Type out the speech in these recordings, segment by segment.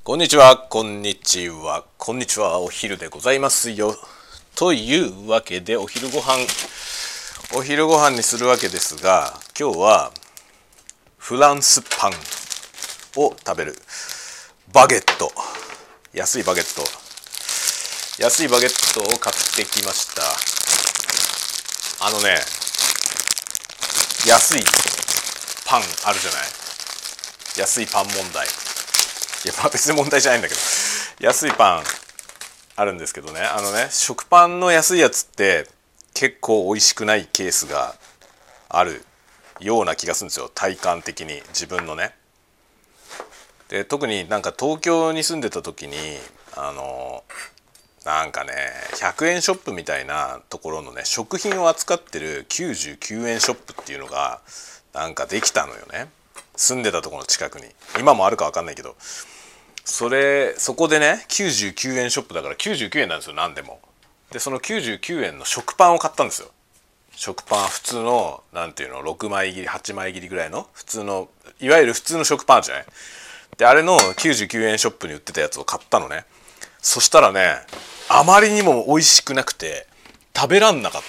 こんにちは、こんにちは、こんにちは、お昼でございますよ。というわけで、お昼ご飯にするわけですが、今日はフランスパンを食べる。バゲット。安いバゲットを買ってきました。安いパンあるじゃない。安いパン問題。いや、別に問題じゃないんだけど、安いパンあるんですけどね、食パンの安いやつって結構美味しくないケースがあるような気がするんですよ、体感的に。自分のね。で、特になんか東京に住んでた時に100円ショップみたいなところのね、食品を扱ってる99円ショップっていうのがなんかできたのよね、住んでたところの近くに。今もあるか分かんないけど、そこでね、99円ショップだから99円なんですよ、何でも。で、その99円の食パンを買ったんですよ。食パン、普通の6枚切り8枚切りぐらいの普通の、いわゆる普通の食パンじゃない。で、あれの99円ショップに売ってたやつを買ったのね。そしたらね、あまりにも美味しくなくて食べらんなか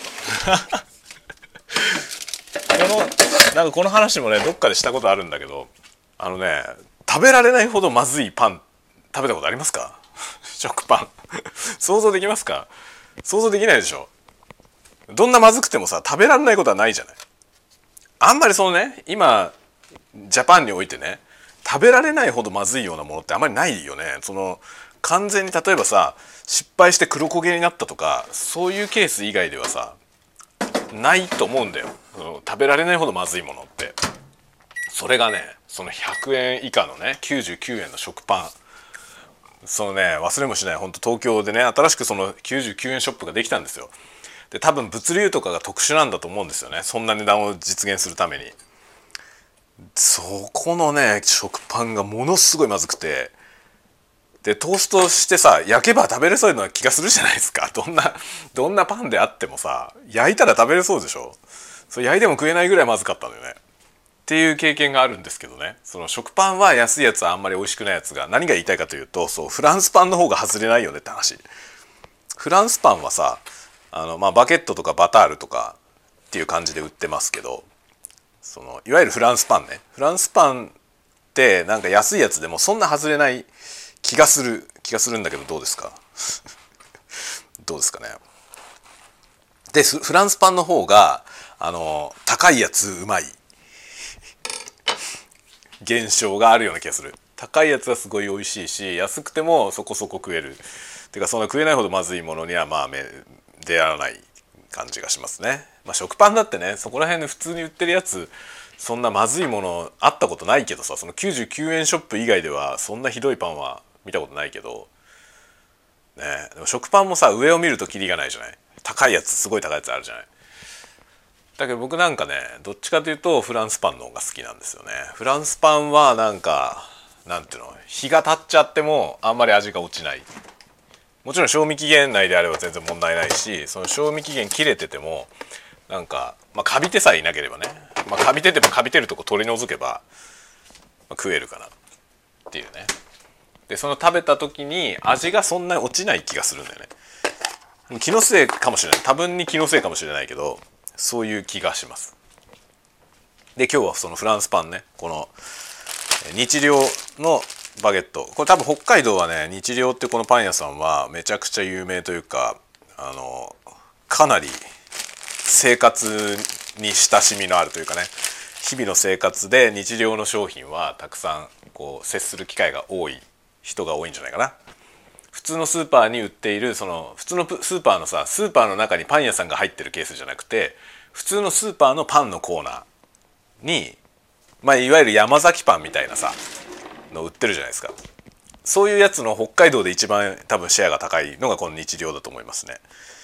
ったこの話もね、どっかでしたことあるんだけど、食べられないほどまずいパン食べたことありますか？食パン想像できますか？想像できないでしょ。どんなまずくてもさ、食べられないことはないじゃない。あんまり今ジャパンにおいてね、食べられないほどまずいようなものってあんまりないよね。完全に例えばさ、失敗して黒焦げになったとか、そういうケース以外ではさ、ないと思うんだよ、食べられないほどまずいものって。それがね、その100円以下のね、99円の食パン。忘れもしない、本当東京でね、新しくその99円ショップができたんですよ。で、多分物流とかが特殊なんだと思うんですよね、そんな値段を実現するために。そこのね、食パンがものすごいまずくて、でトーストしてさ、焼けば食べれそうな気がするじゃないですか。どんなパンであってもさ、焼いたら食べれそうでしょ。焼いても食えないぐらいまずかったのよね。っていう経験があるんですけどね。その食パンは安いやつはあんまり美味しくないやつが、何が言いたいかというと、フランスパンの方が外れないよねって話。フランスパンはさ、バゲットとかバタールとかっていう感じで売ってますけど、いわゆるフランスパンね。フランスパンってなんか安いやつでもそんな外れない気がするんだけど、どうですか？どうですかね。で、フランスパンの方が高いやつうまい現象があるような気がする。高いやつはすごい美味しいし、安くてもそこそこ食える。てか、そんな食えないほどまずいものには出会わない感じがしますね。食パンだってね、そこら辺で普通に売ってるやつ、そんなまずいものあったことないけどさ、その99円ショップ以外ではそんなひどいパンは見たことないけどね。でも食パンもさ、上を見るとキリがないじゃない。高いやつ、すごい高いやつあるじゃない。だけど僕なんかね、どっちかというとフランスパンの方が好きなんですよね。フランスパンはなんていうの、日が経っちゃってもあんまり味が落ちない。もちろん賞味期限内であれば全然問題ないし、その賞味期限切れててもカビてさえいなければね、カビててもカビてるとこ取り除けば、食えるかなっていうね。で、その食べた時に味がそんなに落ちない気がするんだよね。気のせいかもしれない、多分に気のせいかもしれないけど、そういう気がします。で、今日はそのフランスパンね、この日糧のバゲット、これ多分北海道はね、日糧ってこのパン屋さんはめちゃくちゃ有名というか、かなり生活に親しみのあるというかね、日々の生活で日糧の商品はたくさん接する機会が多い人が多いんじゃないかな。普通のスーパーに売っている、普通のスーパーのさ、スーパーの中にパン屋さんが入ってるケースじゃなくて、普通のスーパーのパンのコーナーに、いわゆる山崎パンみたいなさの売ってるじゃないですか。そういうやつの北海道で一番多分シェアが高いのがこの日糧だと思いますね。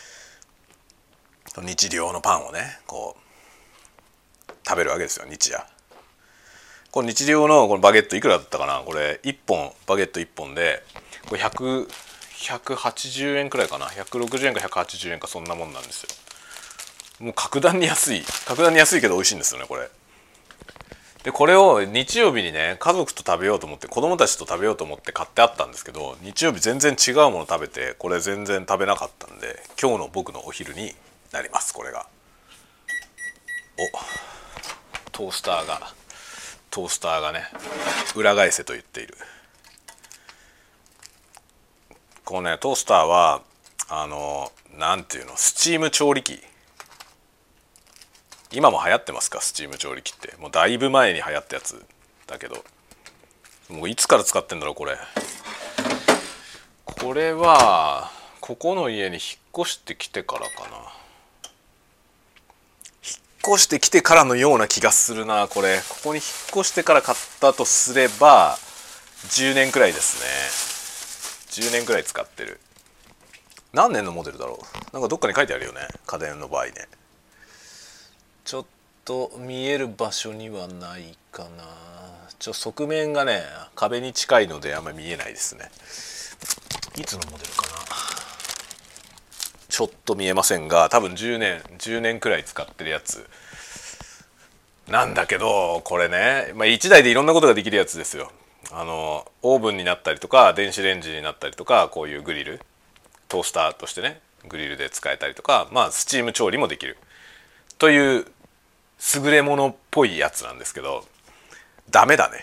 日糧のパンをね、食べるわけですよ、日夜。この日糧のこのバゲットいくらだったかな。これ1本、バゲット1本でこれ180円くらいかな。160円か180円か、そんなもんなんですよ。もう格段に安いけど美味しいんですよね、これ。 でこれを日曜日にね家族と食べようと思って子供たちと食べようと思って買ってあったんですけど、日曜日全然違うもの食べてこれ全然食べなかったんで、今日の僕のお昼になります。これがトースターがね裏返せと言っている。このねトースターはなんていうの、スチーム調理器。今も流行ってますか？スチーム調理器って。もうだいぶ前に流行ったやつだけど、もういつから使ってんだろうこれ。これはここの家に引っ越してきてからかな。引っ越してきてからのような気がするな。これここに引っ越してから買ったとすれば10年くらいですね。10年くらい使ってる。何年のモデルだろう。なんかどっかに書いてあるよね、家電の場合ね。ちょっと見える場所にはないかな。側面がね壁に近いのであんまり見えないですね。いつのモデルかな、ちょっと見えませんが、多分10年くらい使ってるやつなんだけど、これね、1台でいろんなことができるやつですよ。オーブンになったりとか電子レンジになったりとか、こういうグリルトースターとしてねグリルで使えたりとか、スチーム調理もできるという優れものっぽいやつなんですけど、ダメだね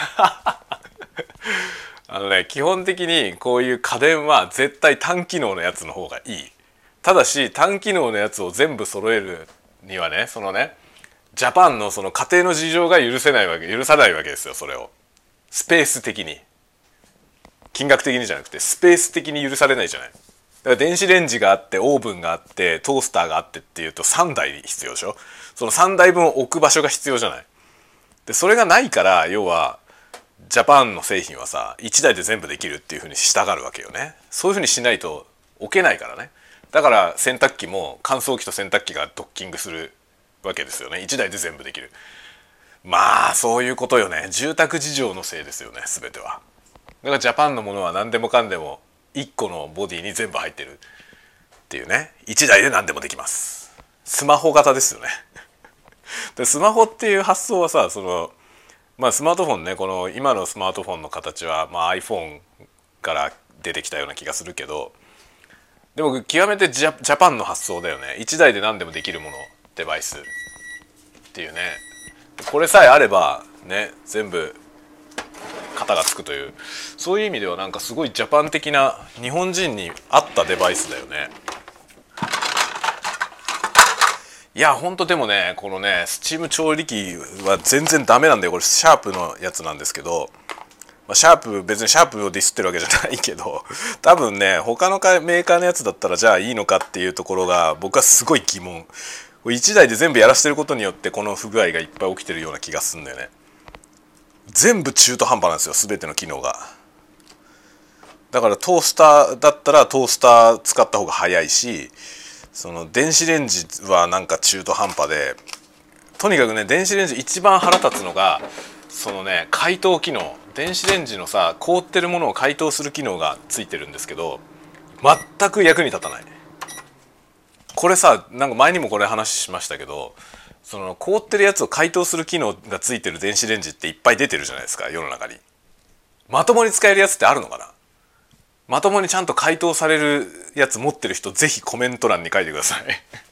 基本的にこういう家電は絶対単機能のやつの方がいい。ただし単機能のやつを全部揃えるにはね、ジャパンのその家庭の事情が許さないわけですよ。それをスペース的に、金額的にじゃなくてスペース的に許されないじゃない。だから電子レンジがあってオーブンがあってトースターがあってっていうと3台必要でしょ。その3台分置く場所が必要じゃない。でそれがないから、要はジャパンの製品はさ1台で全部できるっていう風にしたがるわけよね。そういう風にしないと置けないからね。だから洗濯機も乾燥機と洗濯機がドッキングするわけですよね。1台で全部できる。そういうことよね。住宅事情のせいですよね、全ては。だからジャパンのものは何でもかんでも1個のボディに全部入ってるっていうね。1台で何でもできます。スマホ型ですよねでスマホっていう発想はさ、スマートフォンね、この今のスマートフォンの形は、iPhone から出てきたような気がするけど、でも極めてジャパンの発想だよね。1台で何でもできるもの、デバイスっていうね。これさえあればね全部型がつくという、そういう意味ではなんかすごいジャパン的な、日本人に合ったデバイスだよね。いやほんとでもね、このねスチーム調理器は全然ダメなんだよ。これシャープのやつなんですけど、別にシャープをディスってるわけじゃないけど、多分ね他のメーカーのやつだったらじゃあいいのかっていうところが僕はすごい疑問。1台で全部やらせてることによってこの不具合がいっぱい起きてるような気がするんだよね。全部中途半端なんですよ、全ての機能が。だからトースターだったらトースター使った方が早いし、その電子レンジはなんか中途半端で、とにかくね電子レンジ一番腹立つのがそのね解凍機能。電子レンジのさ凍ってるものを解凍する機能がついてるんですけど、全く役に立たない。これさ、なんか前にもこれ話しましたけど、その凍ってるやつを解凍する機能がついてる電子レンジっていっぱい出てるじゃないですか、世の中に。まともに使えるやつってあるのかな。まともにちゃんと解凍されるやつ持ってる人ぜひコメント欄に書いてください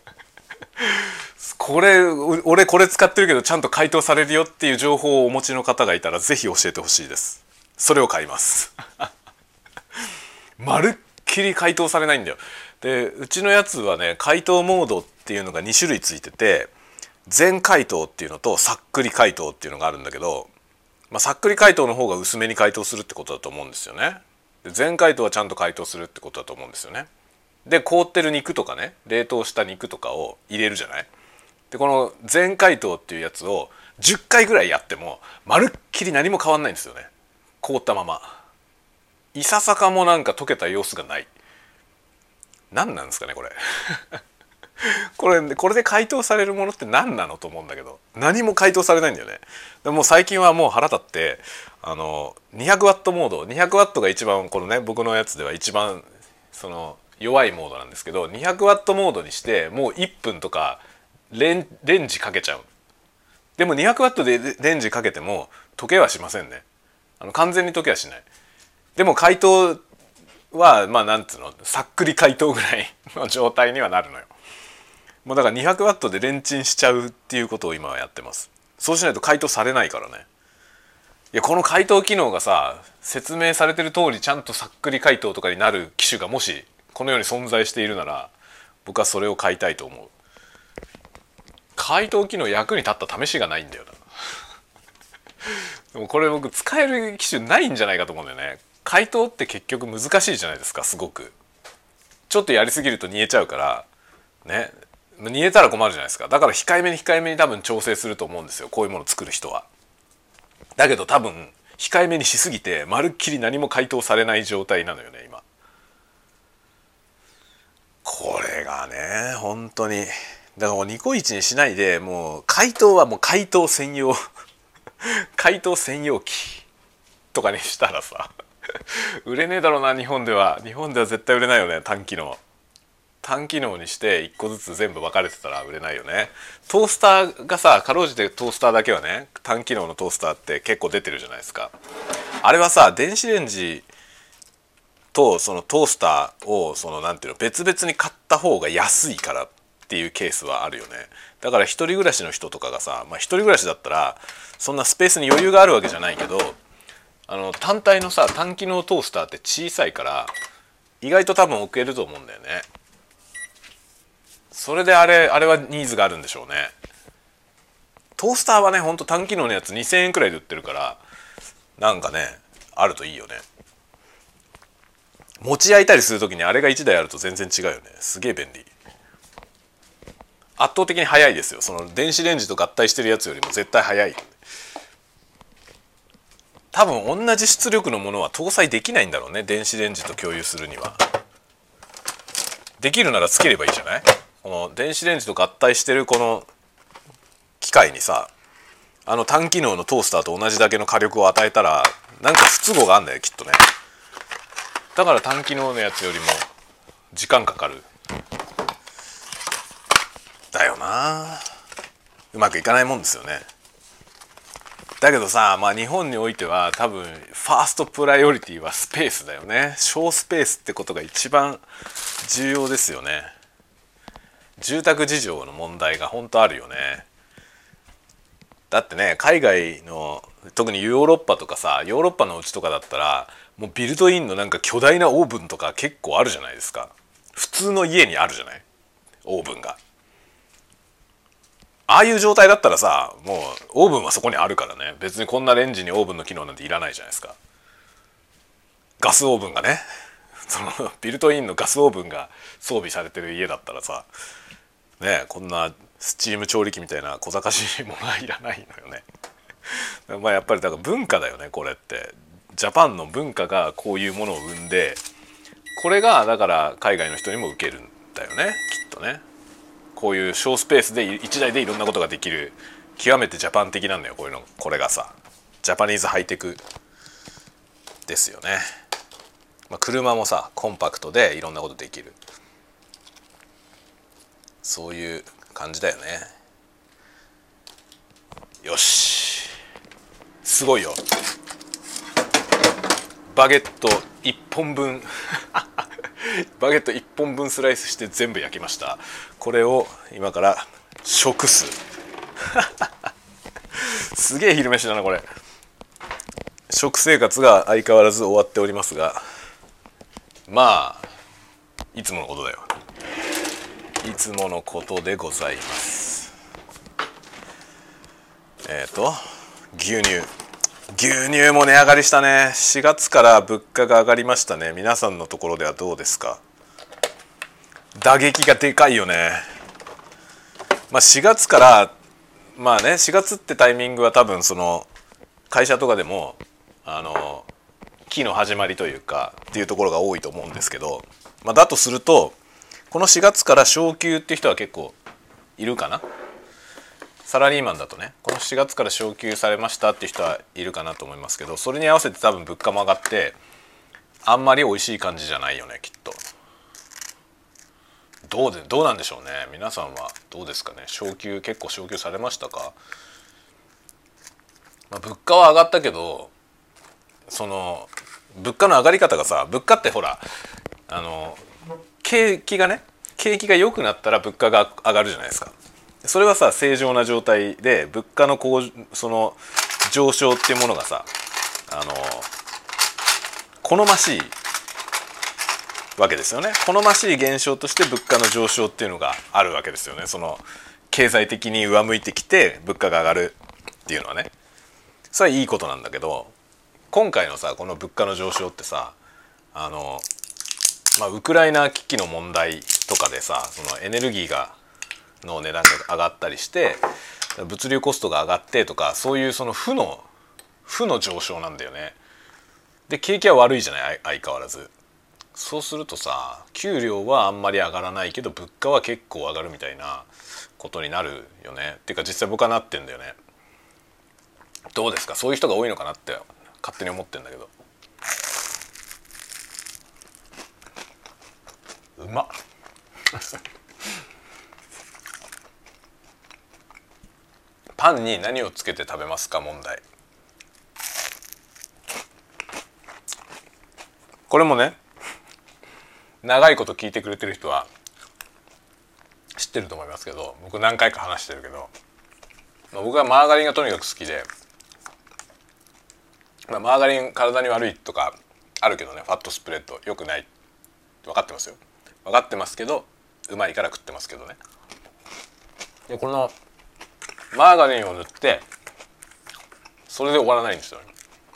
俺これ使ってるけどちゃんと解凍されるよっていう情報をお持ちの方がいたらぜひ教えてほしいです。それを買いますまるっきり解凍されないんだよ。でうちのやつはね解凍モードっていうのが2種類ついてて、全解凍っていうのとさっくり解凍っていうのがあるんだけど、さっくり解凍の方が薄めに解凍するってことだと思うんですよね。で全解凍はちゃんと解凍するってことだと思うんですよね。で凍ってる肉とかね、冷凍した肉とかを入れるじゃない。でこの全解凍っていうやつを10回ぐらいやってもまるっきり何も変わんないんですよね。凍ったままいささかもなんか溶けた様子がない。何なんですかねこれこれで解凍されるものって何なのと思うんだけど、何も解凍されないんだよね。でも最近はもう腹立って200ワットモード、200ワットが一番このね僕のやつでは一番その弱いモードなんですけど、200ワットモードにしてもう1分とかレンジかけちゃう。 でも 200W でレンジかけても溶けはしませんね。完全に溶けはしない。でも解凍はまあなんつうの、さっくり解凍ぐらいの状態にはなるのよ。もうだから 200W でレンチンしちゃうっていうことを今はやってます。そうしないと解凍されないからね。いや、この解凍機能がさ、説明されてる通りちゃんとさっくり解凍とかになる機種がもしこの世に存在しているなら、僕はそれを買いたいと思う。解凍機能役に立った試しがないんだよな。でもこれ僕使える機種ないんじゃないかと思うんだよね。解凍って結局難しいじゃないですか。すごくちょっとやりすぎると煮えちゃうからね。煮えたら困るじゃないですか。だから控えめに控えめに多分調整すると思うんですよ、こういうものを作る人は。だけど多分控えめにしすぎてまるっきり何も解凍されない状態なのよね今。これがね本当に、だからもうニコイチにしないで、もう解凍はもう解凍専用解凍専用機とかにしたらさ売れねえだろうな。日本では絶対売れないよね。単機能にして1個ずつ全部分かれてたら売れないよね。トースターがさ、かろうじてトースターだけはね、単機能のトースターって結構出てるじゃないですか。あれはさ、電子レンジとそのトースターをそのなんていうの、別々に買った方が安いからっていうケースはあるよね。だから一人暮らしの人とかがさ、まあ一人暮らしだったらそんなスペースに余裕があるわけじゃないけど、単体のさ単機能トースターって小さいから意外と多分置けると思うんだよね。それであれはニーズがあるんでしょうね。トースターはね、ほんと単機能のやつ2000円くらいで売ってるから、なんかねあるといいよね。持ち焼いたりする時にあれが1台あると全然違うよね。すげえ便利。圧倒的に早いですよ。その電子レンジと合体してるやつよりも絶対早い。多分同じ出力のものは搭載できないんだろうね、電子レンジと共有するには。できるならつければいいじゃない。この電子レンジと合体してるこの機械にさ、単機能のトースターと同じだけの火力を与えたらなんか不都合があるんだよきっとね。だから単機能のやつよりも時間かかるだよな。うまくいかないもんですよね。だけどさ、まあ日本においては多分ファーストプライオリティはスペースだよね。小スペースってことが一番重要ですよね。住宅事情の問題が本当あるよね。だってね、海外の特にヨーロッパとかさ、ヨーロッパのお家とかだったらもうビルトインのなんか巨大なオーブンとか結構あるじゃないですか。普通の家にあるじゃない、オーブンが。ああいう状態だったらさ、もうオーブンはそこにあるからね、別にこんなレンジにオーブンの機能なんていらないじゃないですか。ガスオーブンがね、そのビルトインのガスオーブンが装備されてる家だったらさね、こんなスチーム調理器みたいな小賢しいものはいらないのよね。まあやっぱりだから文化だよね、これって。ジャパンの文化がこういうものを生んで、これがだから海外の人にも受けるんだよねきっとね。こういう小スペースで1台でいろんなことができる、極めてジャパン的なんだよ、こういうの。これがさジャパニーズハイテクですよね。まあ、車もさコンパクトでいろんなことできる、そういう感じだよね。よし、すごいよ。バゲット1本分バゲット1本分スライスして全部焼きました。これを今から食すすげえ昼飯だなこれ。食生活が相変わらず終わっておりますが、まあいつものことだよ。いつものことでございます。牛乳も値上がりしたね。4月から物価が上がりましたね。皆さんのところではどうですか。打撃がでかいよね。まあ4月からまあね、4月ってタイミングは多分その会社とかでも期の始まりというかっていうところが多いと思うんですけど、まあ、だとするとこの4月から昇給っていう人は結構いるかな。サラリーマンだとね、この4月から昇給されましたっていう人はいるかなと思いますけど、それに合わせて多分物価も上がってあんまり美味しい感じじゃないよねきっと。どうなんでしょうね。皆さんはどうですかね。結構昇給されましたか。 まあ、物価は上がったけどその物価の上がり方がさ、物価ってほら景気が良くなったら物価が上がるじゃないですか。それはさ正常な状態で、物価のその上昇っていうものがさ好ましいわけですよね。好ましい現象として物価の上昇っていうのがあるわけですよね。その経済的に上向いてきて物価が上がるっていうのはね、それはいいことなんだけど、今回のさこの物価の上昇ってさウクライナ危機の問題とかでさ、そのエネルギーの値段が上がったりして物流コストが上がってとか、そういうその負の上昇なんだよね。で景気は悪いじゃない、相変わらず。そうするとさ、給料はあんまり上がらないけど物価は結構上がるみたいなことになるよね。っていうか実際僕はなってんだよね。どうですか、そういう人が多いのかなって勝手に思ってんだけど。うまっパンに何をつけて食べますか問題。これもね、長いこと聞いてくれてる人は知ってると思いますけど、僕何回か話してるけど、僕はマーガリンがとにかく好きで、マーガリン体に悪いとかあるけどね、ファットスプレッド良くない分かってますよ。分かってますけど、うまいから食ってますけどね。でこのマーガリンを塗ってそれで終わらないんですよね。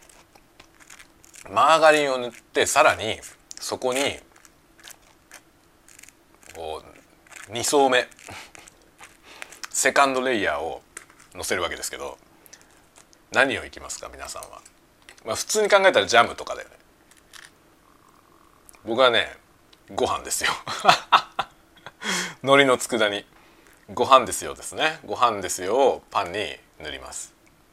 マーガリンを塗ってさらにそこにこう2層目セカンドレイヤーを乗せるわけですけど、何をいきますか皆さんは。普通に考えたらジャムとかだよね。僕はねご飯ですよ海苔の佃煮、ご飯ですよですね。ご飯ですよをパンに塗ります。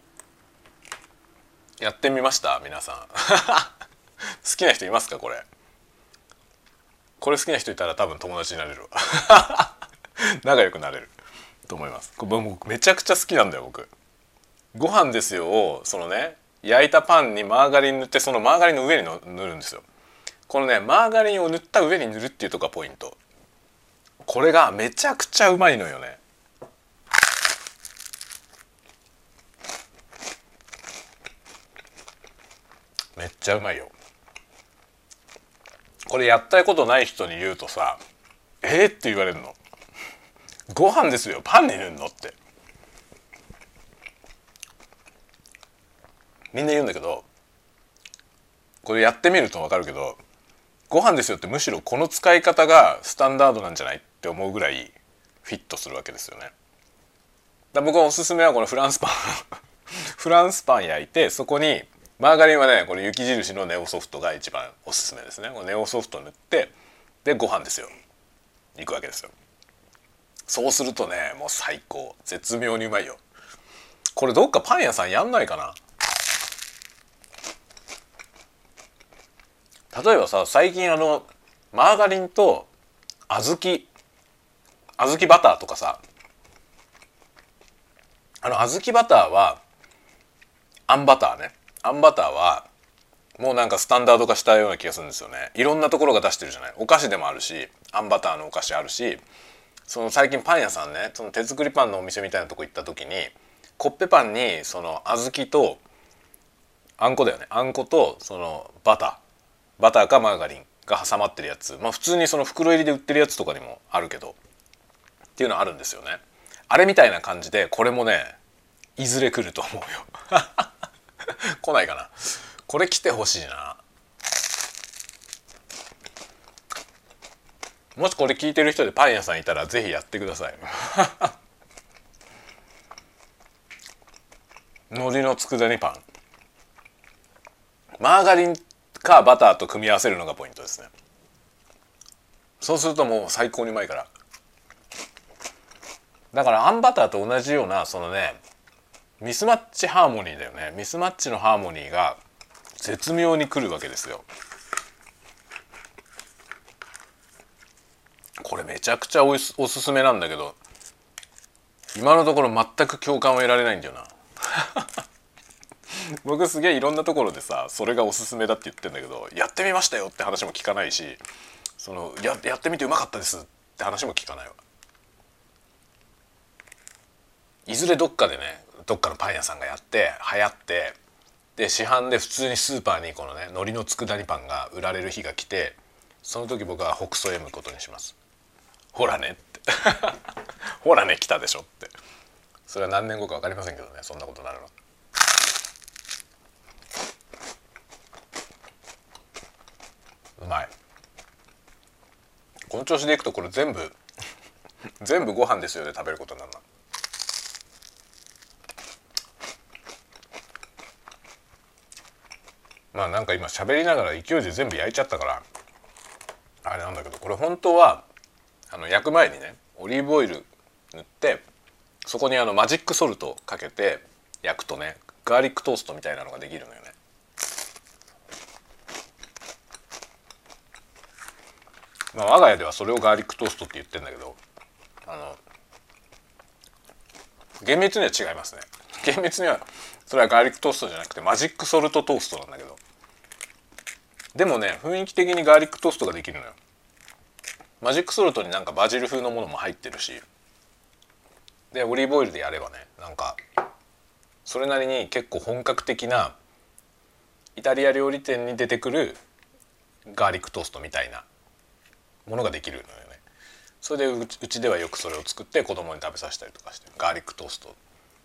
やってみました皆さん好きな人いますか？これ好きな人いたら多分友達になれるわ仲良くなれると思います。これ僕めちゃくちゃ好きなんだよ。僕ご飯ですよをそのね焼いたパンにマーガリン塗って、そのマーガリンの上に塗るんですよ。このねマーガリンを塗った上に塗るっていうとこがポイント。これがめちゃくちゃうまいのよね。めっちゃうまいよ。これやったことない人に言うとさ、って言われるの。ご飯ですよパンに塗るのってみんな言うんだけど、これやってみると分かるけど、ご飯ですよってむしろこの使い方がスタンダードなんじゃないって思うぐらいフィットするわけですよね。僕はおすすめはこのフランスパンフランスパン焼いて、そこにマーガリンはねこれ雪印のネオソフトが一番おすすめですね。このネオソフト塗って、でご飯ですよいくわけですよ。そうするとねもう最高、絶妙にうまいよ。これどっかパン屋さんやんないかな。例えばさ、最近マーガリンと小豆バターとかさ、小豆バターはあんバターね、あんバターはもうなんかスタンダード化したような気がするんですよね。いろんなところが出してるじゃない。お菓子でもあるし、あんバターのお菓子あるし、その最近パン屋さんね、その手作りパンのお店みたいなとこ行った時に、コッペパンにその小豆とあんこだよね、あんことそのバターかマーガリンが挟まってるやつ、普通にその袋入りで売ってるやつとかにもあるけどっていうのあるんですよね。あれみたいな感じでこれもねいずれ来ると思うよ来ないかな。これ来てほしいな。もしこれ聞いてる人でパン屋さんいたらぜひやってください海苔の佃煮パン、マーガリンかバターと組み合わせるのがポイントですね。そうするともう最高にうまいから。だからあんバターと同じようなそのねミスマッチハーモニーだよね。ミスマッチのハーモニーが絶妙に来るわけですよ。これめちゃくちゃおすすめなんだけど、今のところ全く共感を得られないんだよな僕すげえいろんなところでさそれがおすすめだって言ってんだけど、やってみましたよって話も聞かないし、やってみてうまかったですって話も聞かないわ。いずれどっかでね、どっかのパン屋さんがやって流行って、で市販で普通にスーパーにこのね海苔の佃煮パンが売られる日が来て、その時僕は北斎 M ことにします。ほらねってほらね来たでしょって。それは何年後か分かりませんけどね、そんなことなるの。うまい。この調子でいくとこれ全部全部ご飯ですよで食べることになるな。まあなんか今喋りながら勢いで全部焼いちゃったからあれなんだけど、これ本当は焼く前にねオリーブオイル塗って、そこにマジックソルトかけて焼くとねガーリックトーストみたいなのができるのよね。まあ我が家ではそれをガーリックトーストって言ってるんだけど、厳密には違いますね。厳密にはそれはガーリックトーストじゃなくてマジックソルトトーストなんだけど、でもね雰囲気的にガーリックトーストができるのよ。マジックソルトになんかバジル風のものも入ってるし、でオリーブオイルでやればね、なんかそれなりに結構本格的なイタリア料理店に出てくるガーリックトーストみたいなものができるのよね。それでうちではよくそれを作って子供に食べさせたりとかして、ガーリックトースト。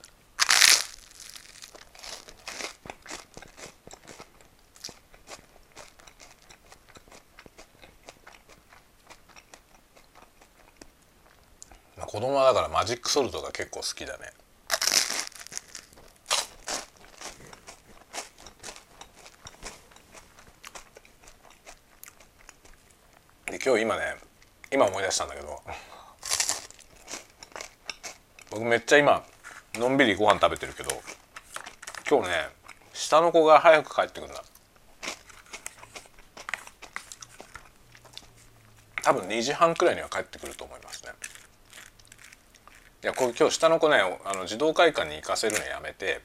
まあ子供はだからマジックソルトが結構好きだね。で今日今思い出したんだけど、僕めっちゃ今のんびりご飯食べてるけど、今日ね下の子が早く帰ってくるんだ。多分2時半くらいには帰ってくると思いますね。いや今日下の子ね児童会館に行かせるのやめて、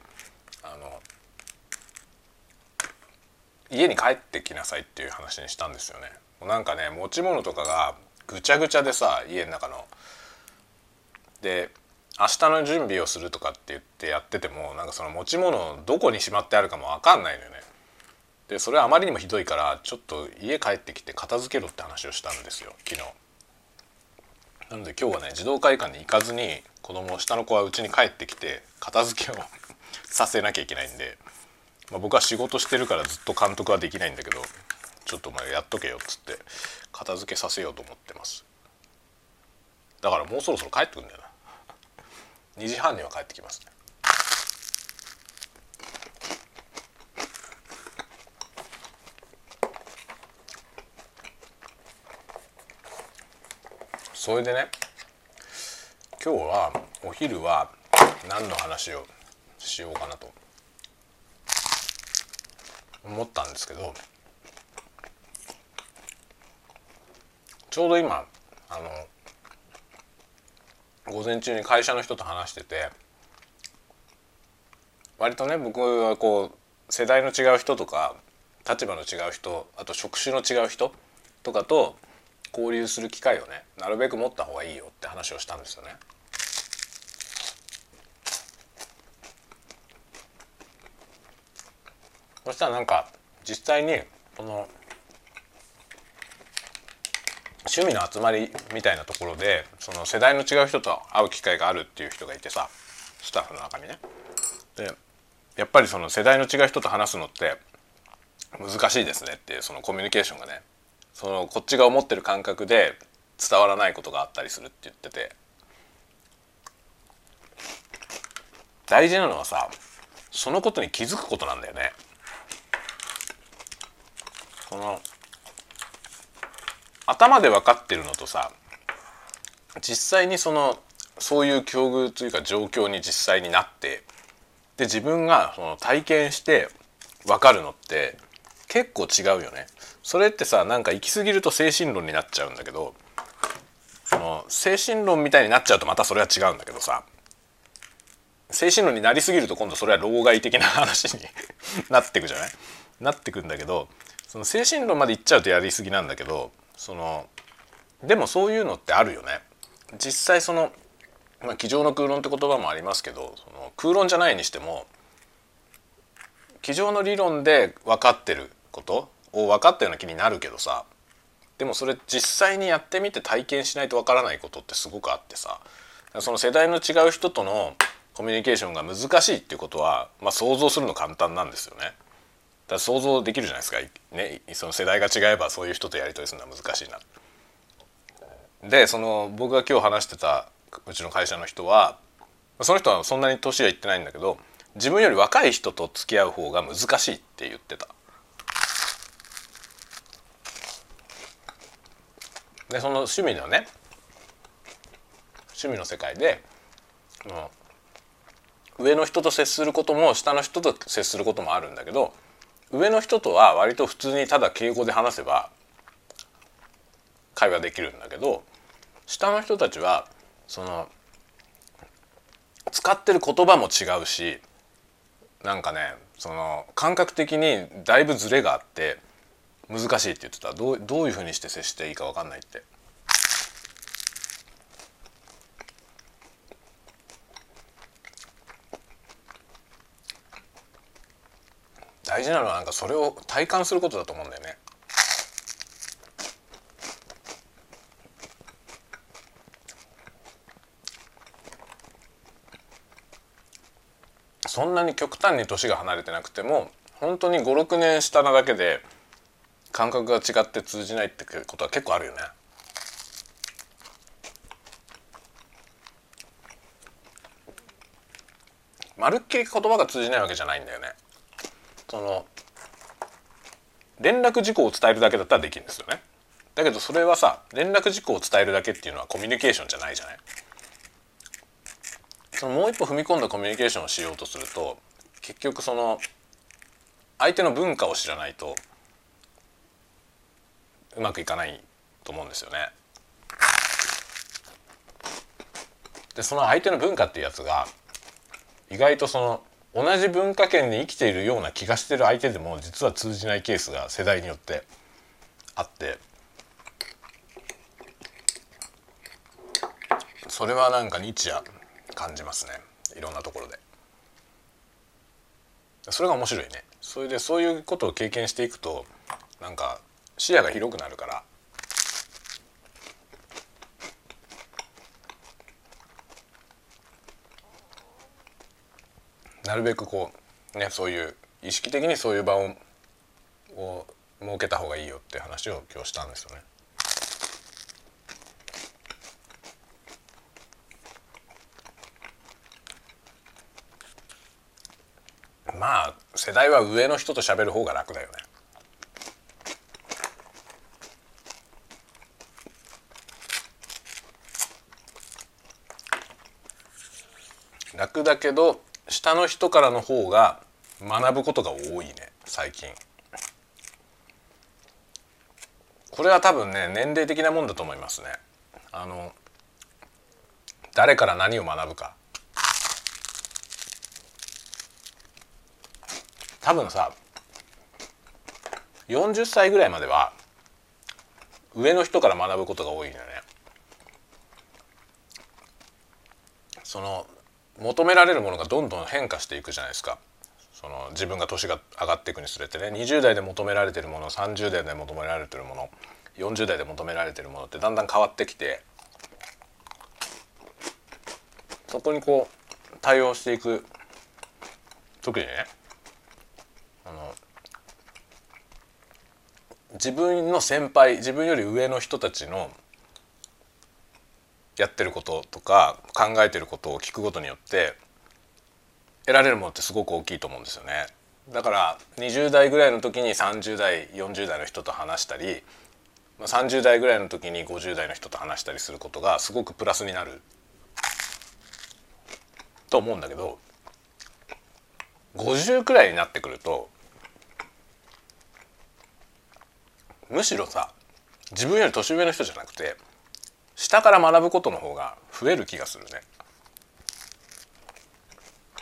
家に帰ってきなさいっていう話にしたんですよね。なんかね持ち物とかがぐちゃぐちゃでさ、家の中ので明日の準備をするとかって言ってやってても、なんかその持ち物どこにしまってあるかも分かんないのよね。でそれはあまりにもひどいからちょっと家帰ってきて片付けろって話をしたんですよ昨日。なので今日はね児童会館に行かずに下の子はうちに帰ってきて片付けをさせなきゃいけないんで、僕は仕事してるからずっと監督はできないんだけど、ちょっとお前やっとけよっつって片付けさせようと思ってます。だからもうそろそろ帰ってくるんだよな。2時半には帰ってきますね。それでね今日はお昼は何の話をしようかなと思ったんですけど、ちょうど今午前中に会社の人と話してて、割とね僕はこう世代の違う人とか立場の違う人、あと職種の違う人とかと交流する機会をねなるべく持った方がいいよって話をしたんですよね。そしたらなんか実際にこの趣味の集まりみたいなところでその世代の違う人と会う機会があるっていう人がいてさ、スタッフの中にね。でやっぱりその世代の違う人と話すのって難しいですねっていう、そのコミュニケーションがね、そのこっちが思ってる感覚で伝わらないことがあったりするって言ってて、大事なのはさそのことに気づくことなんだよね。その頭で分かってるのとさ、実際にそういう境遇というか状況に実際になって、で自分がその体験して分かるのって結構違うよね。それってさなんか行き過ぎると精神論になっちゃうんだけど、その精神論みたいになっちゃうとまたそれは違うんだけどさ、 精神論になりすぎると今度それは老害的な話になってくじゃないなってくんだけど、その精神論までいっちゃうとやりすぎなんだけど、でもそういうのってあるよね。実際机上の空論って言葉もありますけど、空論じゃないにしても机上の理論で分かってることを分かったような気になるけどさ、でもそれ実際にやってみて体験しないと分からないことってすごくあってさ、その世代の違う人とのコミュニケーションが難しいっていうことは、想像するの簡単なんですよね。だから想像できるじゃないですか、ね、その世代が違えばそういう人とやり取りするのは難しいな。で僕が今日話してたうちの会社の人は、その人はそんなに年はいってないんだけど、自分より若い人と付き合う方が難しいって言ってた。でその趣味のね、趣味の世界で上の人と接することも下の人と接することもあるんだけど、上の人とは割と普通にただ敬語で話せば会話できるんだけど、下の人たちは使ってる言葉も違うし、なんかね感覚的にだいぶズレがあって難しいって言ってた。どういうふうにして接していいか分かんないって。大事なのはなんかそれを体感することだと思うんだよね。そんなに極端に年が離れてなくても本当に5、6年下なだけで感覚が違って通じないってことは結構あるよね。まるっきり言葉が通じないわけじゃないんだよね。連絡事項を伝えるだけだったらできるんですよね。だけどそれはさ、連絡事項を伝えるだけっていうのはコミュニケーションじゃないじゃない。もう一歩踏み込んだコミュニケーションをしようとすると、結局相手の文化を知らないとうまくいかないと思うんですよね。でその相手の文化っていうやつが意外と同じ文化圏に生きているような気がしてる相手でも実は通じないケースが世代によってあって、それはなんか日夜感じますね、いろんなところで。それが面白いね。それでそういうことを経験していくとなんか視野が広くなるから、なるべくそういう意識的にそういう場を設けた方がいいよって話を今日したんですよね。世代は上の人と喋る方が楽だよね。楽だけど下の人からの方が学ぶことが多いね最近。これは多分ね年齢的なもんだと思いますね。誰から何を学ぶか。多分さ40歳ぐらいまでは上の人から学ぶことが多いんだよね。求められるものがどんどん変化していくじゃないですか。自分が年が上がっていくにつれてね、20代で求められてるもの、30代で求められてるもの、40代で求められてるものってだんだん変わってきて、そこに対応していく時にね、自分の先輩、自分より上の人たちのやってることとか考えてることを聞くことによって得られるものってすごく大きいと思うんですよね。だから20代ぐらいの時に30代40代の人と話したり、30代ぐらいの時に50代の人と話したりすることがすごくプラスになると思うんだけど、50くらいになってくるとむしろさ、自分より年上の人じゃなくて下から学ぶことの方が増える気がするね。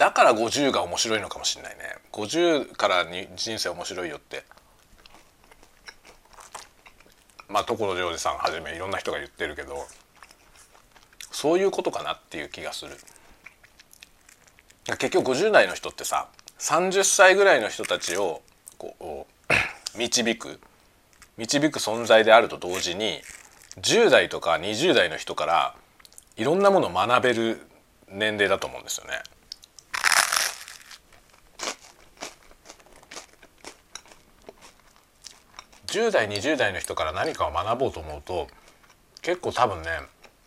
だから50が面白いのかもしれないね。50からに人生面白いよって所ジョージさんはじめいろんな人が言ってるけど、そういうことかなっていう気がする。結局50代の人ってさ、30歳ぐらいの人たちをこう導く存在であると同時に、10代とか20代の人からいろんなものを学べる年齢だと思うんですよね。10代20代の人から何かを学ぼうと思うと、結構多分ね、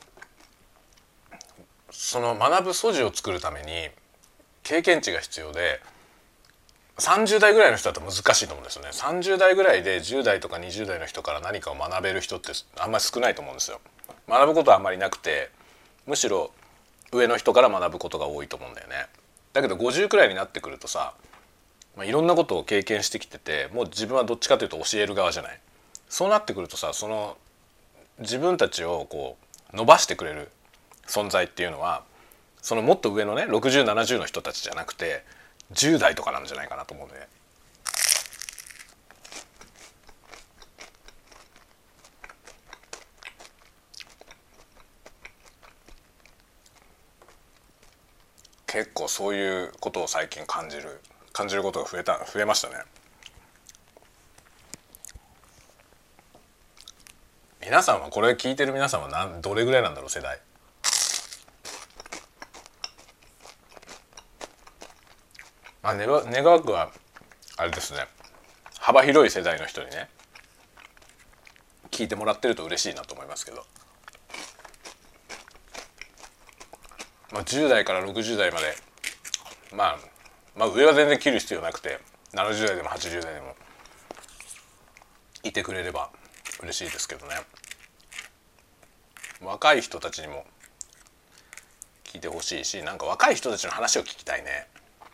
その学ぶ素地を作るために経験値が必要で、30代ぐらいの人だと難しいと思うんですよね。30代ぐらいで10代とか20代の人から何かを学べる人ってあんまり少ないと思うんですよ。学ぶことはあんまりなくて、むしろ上の人から学ぶことが多いと思うんだよね。だけど50くらいになってくるとさ、いろんなことを経験してきてて、もう自分はどっちかというと教える側じゃない。そうなってくるとさ、その自分たちをこう伸ばしてくれる存在っていうのは、そのもっと上のね60、70の人たちじゃなくて10代とかなんじゃないかなと思うんでね。結構そういうことを最近感じることが増えましたね。皆さんはこれ聞いてる皆さんはどれぐらいなんだろう、世代。願わくはあれですね、幅広い世代の人にね聞いてもらってると嬉しいなと思いますけど、10代から60代まで、上は全然切る必要なくて70代でも80代でもいてくれれば嬉しいですけどね。若い人たちにも聞いてほしいし、なんか若い人たちの話を聞きたいね。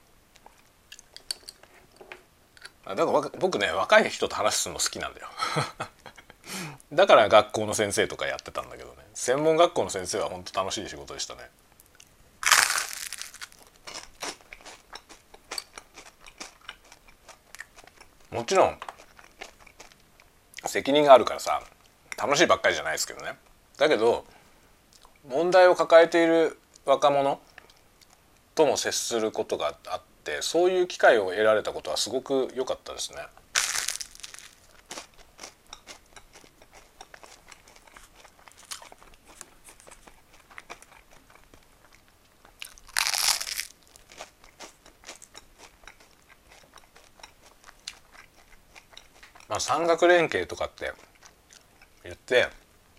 だから僕ね、若い人と話すの好きなんだよだから学校の先生とかやってたんだけどね。専門学校の先生は本当楽しい仕事でしたね。もちろん責任があるからさ、楽しいばっかりじゃないですけどね。だけど問題を抱えている若者とも接することがあって、そういう機会を得られたことはすごく良かったですね。産学連携とかって言って、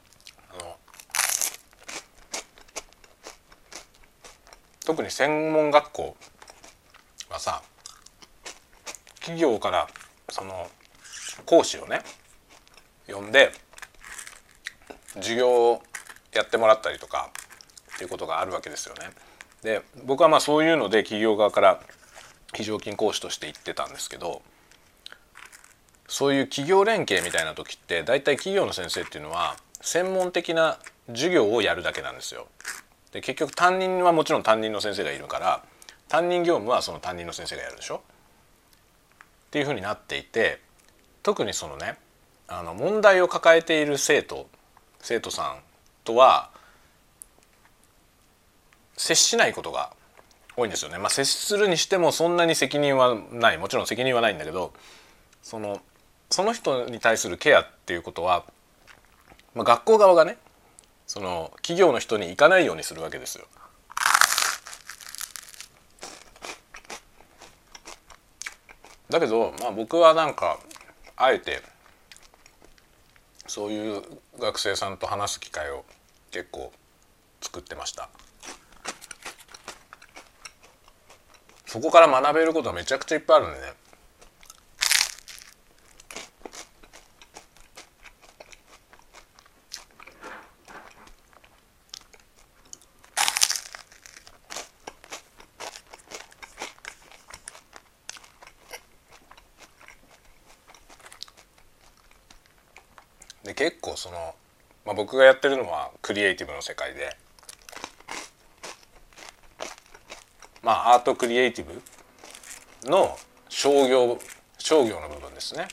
特に専門学校はさ、企業からその講師をね呼んで授業をやってもらったりとかっていうことがあるわけですよね。で、僕はそういうので企業側から非常勤講師として行ってたんですけど、そういう企業連携みたいな時って大体企業の先生っていうのは専門的な授業をやるだけなんですよ。で、結局担任はもちろん担任の先生がいるから、担任業務はその担任の先生がやるでしょっていうふうになっていて、特にそのね、問題を抱えている生徒さんとは接しないことが多いんですよね。接するにしてもそんなに責任はない、もちろん責任はないんだけど、その人に対するケアっていうことは、学校側がねその企業の人に行かないようにするわけですよ。だけど僕はなんかあえてそういう学生さんと話す機会を結構作ってました。そこから学べることはめちゃくちゃいっぱいあるんでね。で、結構僕がやってるのはクリエイティブの世界で、 アートクリエイティブの商業の部分ですね。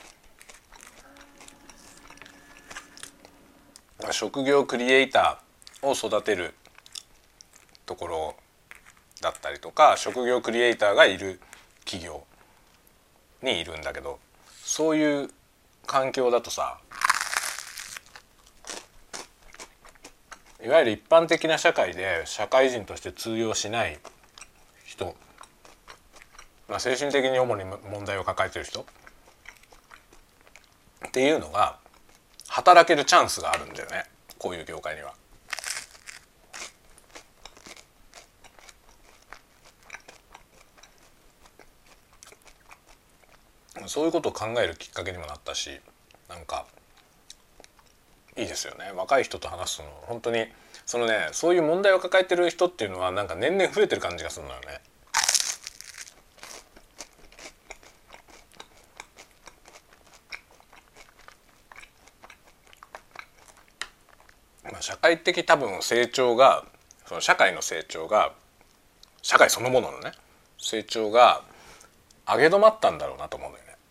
職業クリエイターを育てるところだったりとか、職業クリエイターがいる企業にいるんだけど、そういう環境だとさ、いわゆる一般的な社会で社会人として通用しない人、精神的に主に問題を抱えている人っていうのが働けるチャンスがあるんだよね、こういう業界には。そういうことを考えるきっかけにもなったし、なんかいいですよね。若い人と話すの本当にそういう問題を抱えてる人っていうのはなんか年々増えてる感じがするのよね。社会的多分成長が、その社会の成長が、社会そのもののね成長が上げ止まったんだろうなと思うんだよね。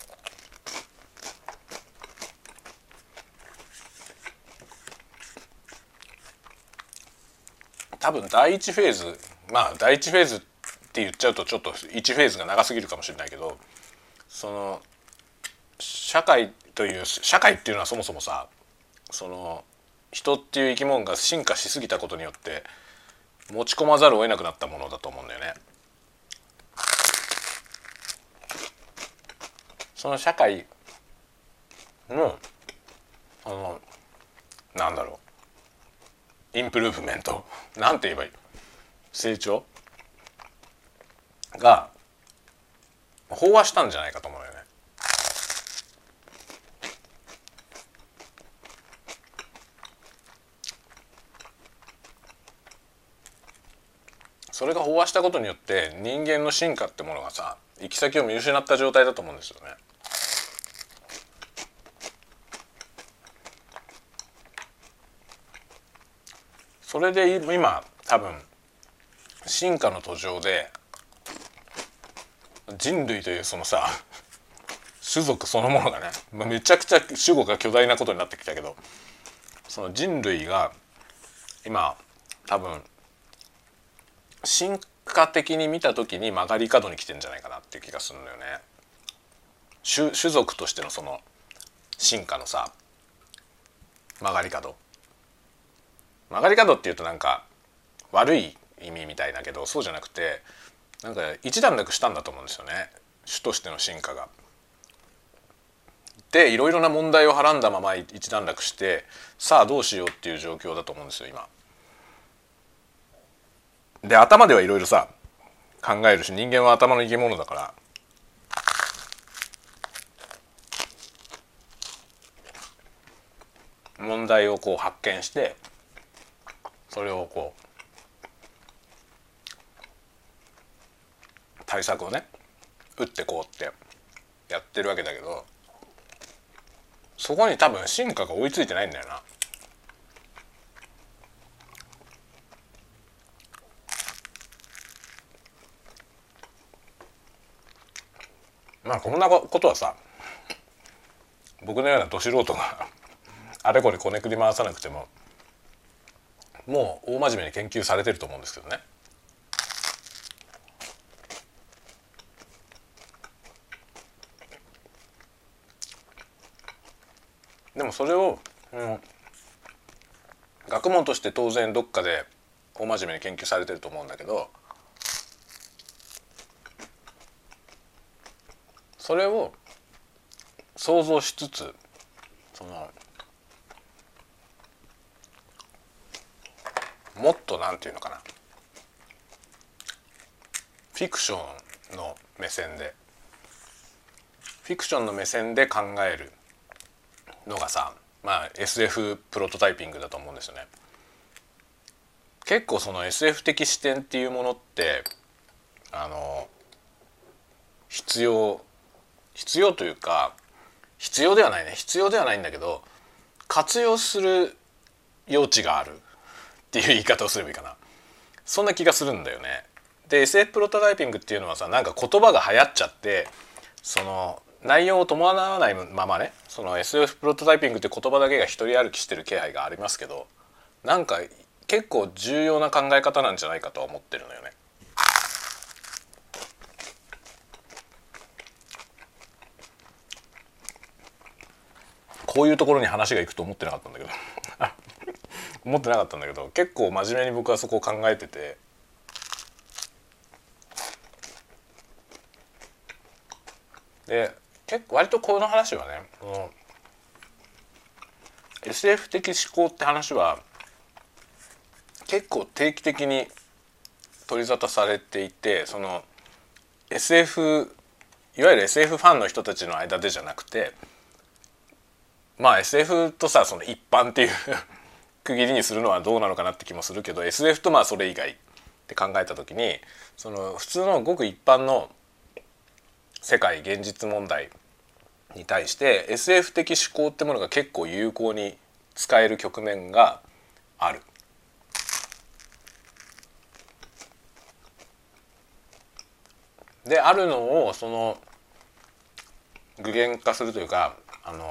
多分第一フェーズ、第一フェーズって言っちゃうとちょっと1フェーズが長すぎるかもしれないけど、その社会っていうのはそもそもさ、人っていう生き物が進化しすぎたことによって持ち込まざるを得なくなったものだと思うんだよね。その社会のなんだろう、インプルーブメント、なんて言えばいい、成長が飽和したんじゃないかと思うよね。それが飽和したことによって人間の進化ってものがさ、行き先を見失った状態だと思うんですよね。それで今多分進化の途上で人類というそのさ種族そのものがね、めちゃくちゃ主語が巨大なことになってきたけど、その人類が今多分進化的に見た時に曲がり角に来てんじゃないかなっていう気がするんだよね。種族としてのその進化のさ曲がり角っていうとなんか悪い意味みたいだけど、そうじゃなくてなんか一段落したんだと思うんですよね、種としての進化が。でいろいろな問題をはらんだまま一段落して、さあどうしようっていう状況だと思うんですよ今。で頭ではいろいろさ考えるし、人間は頭の生き物だから問題をこう発見して、それをこう対策をね打ってこうってやってるわけだけど、そこに多分進化が追いついてないんだよな。こんなことはさ、僕のようなど素人があれこれこねくり回さなくてももう大真面目に研究されてると思うんですけどね。でもそれを、学問として当然どっかで大真面目に研究されてると思うんだけど、それを想像しつつ、もっとなんていうのかな、フィクションの目線で考えるのがさ、SF プロトタイピングだと思うんですよね。結構その SF 的視点っていうものって必要というか、必要ではないんだけど、活用する余地があるっていう言い方をすればいいかな。そんな気がするんだよね。 で SF プロトタイピングっていうのはさ、なんか言葉が流行っちゃって、その内容を伴わないままね、その SF プロトタイピングって言葉だけが一人歩きしてる気配がありますけど、なんか結構重要な考え方なんじゃないかとは思ってるのよね。こういうところに話がいくと思ってなかったんだけど思ってなかったんだけど、結構真面目に僕はそこを考えてて、で結構割とこの話はね、SF 的思考って話は結構定期的に取り沙汰されていて、その SF いわゆる SF ファンの人たちの間でじゃなくて、まあ SF とさ、その一般っていう区切りにするのはどうなのかなって気もするけど、 SF とまあそれ以外って考えた時に、その普通のごく一般の世界現実問題に対して SF 的思考ってものが結構有効に使える局面がある。であるのをその具現化するというか、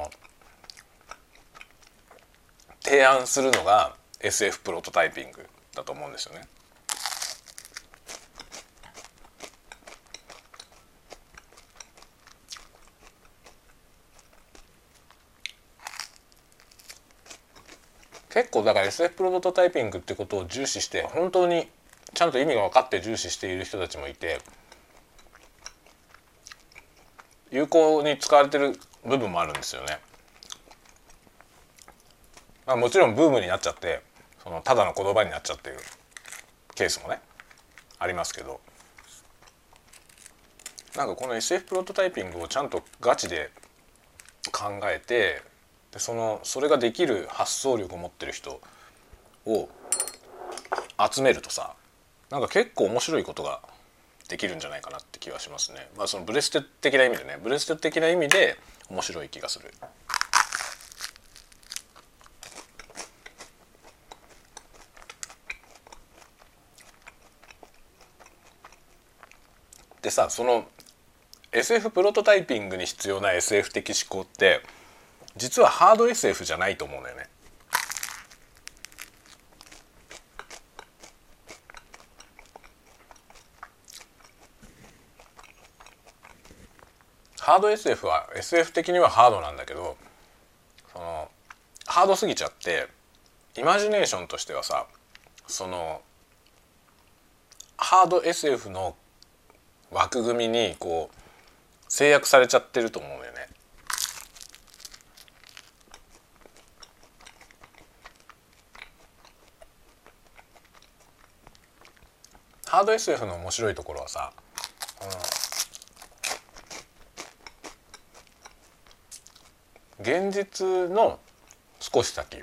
提案するのが SF プロトタイピングだと思うんですよね。結構だから SF プロトタイピングってことを重視して、本当にちゃんと意味が分かって重視している人たちもいて、有効に使われてる部分もあるんですよね。まあ、もちろんブームになっちゃって、そのただの言葉になっちゃっているケースもねありますけど、なんかこの SF プロトタイピングをちゃんとガチで考えて、でそれができる発想力を持ってる人を集めるとさ、なんか結構面白いことができるんじゃないかなって気はしますね。まあそのブレステ的な意味でね、ブレステ的な意味で面白い気がする。でさ、その SF プロトタイピングに必要な SF 的思考って実はハード SF じゃないと思うんだよね。ハード SF は SF 的にはハードなんだけど、そのハードすぎちゃってイマジネーションとしてはさ、そのハード SF の枠組みにこう制約されちゃってると思うんだよね。ハード SF の面白いところはさ、現実の少し先、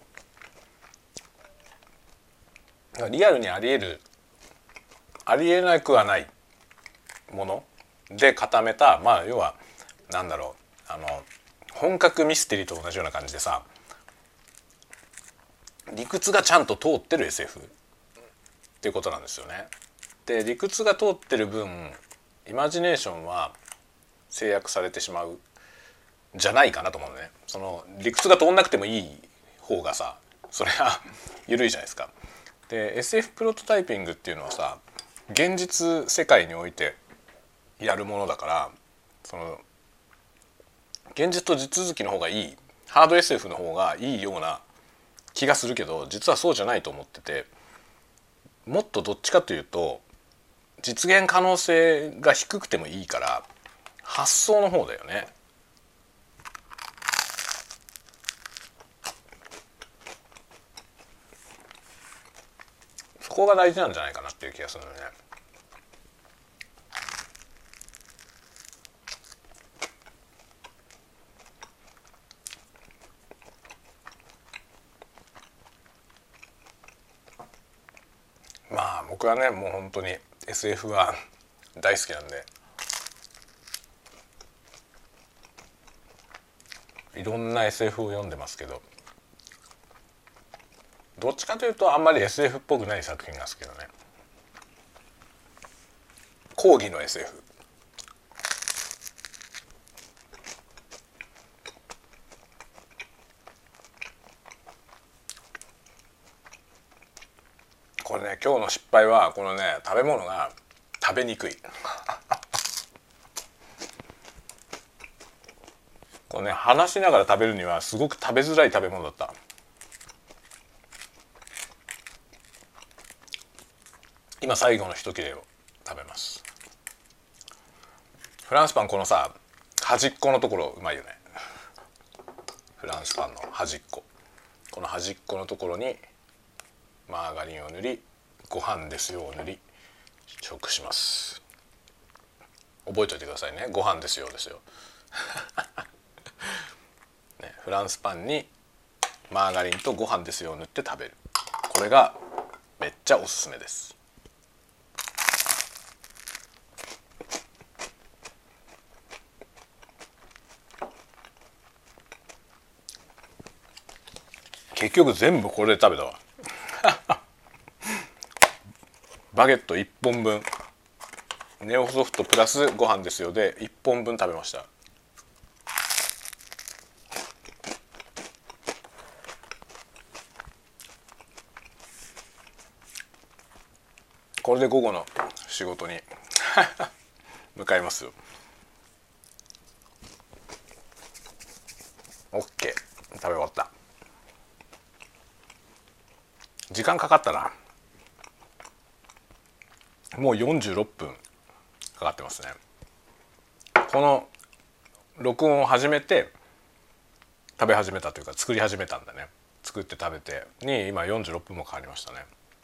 リアルにありえなくはないもので固めた、まあ要はなんだろう、本格ミステリーと同じような感じでさ、理屈がちゃんと通ってる SF っていうことなんですよね。で理屈が通ってる分イマジネーションは制約されてしまうじゃないかなと思うね。その理屈が通んなくてもいい方がさ、それは緩いじゃないですか。で SF プロトタイピングっていうのはさ、現実世界においてやるものだから、その現実と地続きの方がいい、ハード SF の方がいいような気がするけど、実はそうじゃないと思ってて、もっとどっちかというと実現可能性が低くてもいいから発想の方だよね。そこが大事なんじゃないかなっていう気がするのね。まあ僕はね、もう本当に SF は大好きなんで、いろんな SF を読んでますけど、どっちかというとあんまり SF っぽくない作品が好きだね。 講義の SF。これね、今日の失敗はこのね、食べ物が食べにくい。こうね、話しながら食べるにはすごく食べづらい食べ物だった。今最後の一切れを食べます。フランスパン、このさ、端っこのところうまいよね。フランスパンの端っこ、この端っこのところにマーガリンを塗り、ご飯ですよを塗り食します。覚えておいてくださいね、ご飯ですよですよ。ね、フランスパンにマーガリンとご飯ですよを塗って食べる。これがめっちゃおすすめです。結局全部これで食べたわ。バゲット1本分、ネオソフトプラスご飯ですよで1本分食べました。これで午後の仕事に向かいますよ。 OK、 食べ終わった。時間かかったな。もう46分かかってますね。この録音を始めて食べ始めたというか、作り始めたんだね。作って食べてに今46分もかかりましたね。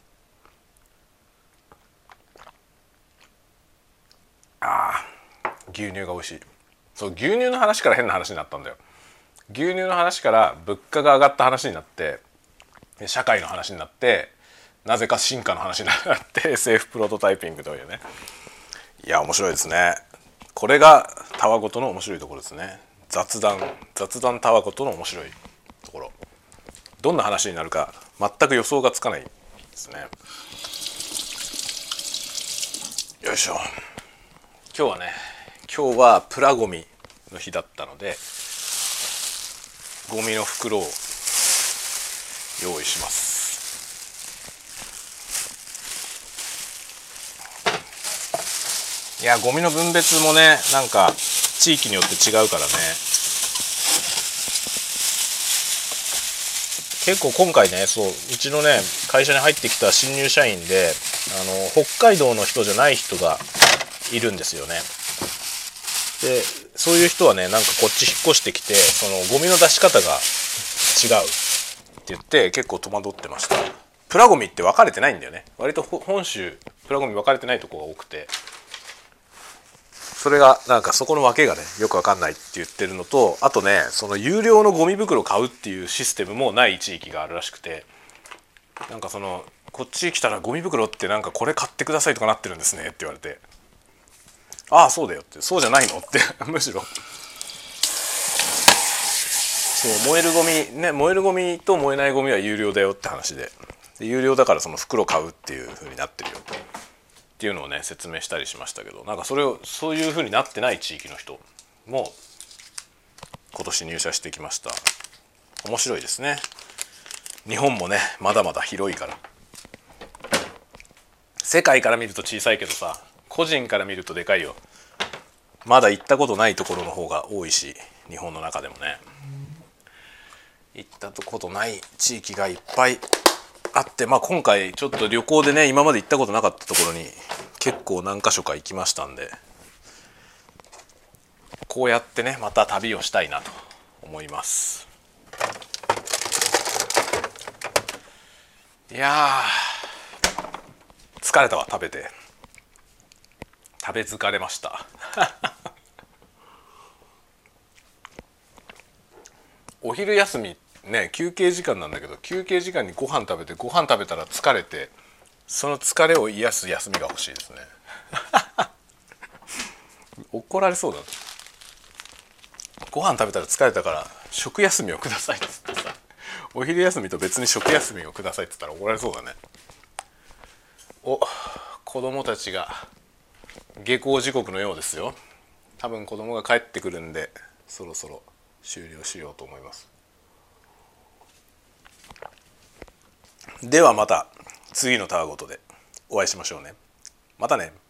牛乳が美味しい。そう、牛乳の話から変な話になったんだよ。牛乳の話から物価が上がった話になって、社会の話になって、なぜか進化の話になって、SF プロトタイピングというね。いや面白いですね。これがたわごとの面白いところですね。雑談たわごとの面白いところ。どんな話になるか全く予想がつかないですね。よいしょ。今日はプラゴミの日だったので、ゴミの袋を用意します。いや、ゴミの分別もね、なんか地域によって違うからね。結構今回ね、そう、うちのね会社に入ってきた新入社員で、北海道の人じゃない人がいるんですよね。で、そういう人はね、なんかこっち引っ越してきて、そのゴミの出し方が違うって言って結構戸惑ってました。プラゴミって分かれてないんだよね。割と本州プラゴミ分かれてないところが多くて、それがなんかそこの訳がねよく分かんないって言ってるのと、あとね、その有料のゴミ袋買うっていうシステムもない地域があるらしくて、なんかそのこっち来たらゴミ袋ってなんかこれ買ってくださいとかなってるんですねって言われて、ああそうだよって、そうじゃないのってむしろそう、燃えるゴミと燃えないゴミは有料だよって話で、有料だからその袋買うっていう風になってるよっていうのをね説明したりしましたけど、なんかそういう風になってない地域の人も今年入社してきました。面白いですね。日本もねまだまだ広いから、世界から見ると小さいけどさ、個人から見るとでかいよ。まだ行ったことないところの方が多いし、日本の中でもね行ったことない地域がいっぱいあって、まあ今回ちょっと旅行でね、今まで行ったことなかったところに結構何か所か行きましたんで、こうやってねまた旅をしたいなと思います。いやー疲れたわ。食べ疲れましたお昼休みね、休憩時間なんだけど、休憩時間にご飯食べて、ご飯食べたら疲れて、その疲れを癒す休みが欲しいですね怒られそうだな。ご飯食べたら疲れたから食休みをくださいっつってさ、お昼休みと別に食休みをくださいっつったら怒られそうだね。子供たちが下校時刻のようですよ。多分子供が帰ってくるんでそろそろ終了しようと思います。ではまた次のタワごとでお会いしましょうね。またね。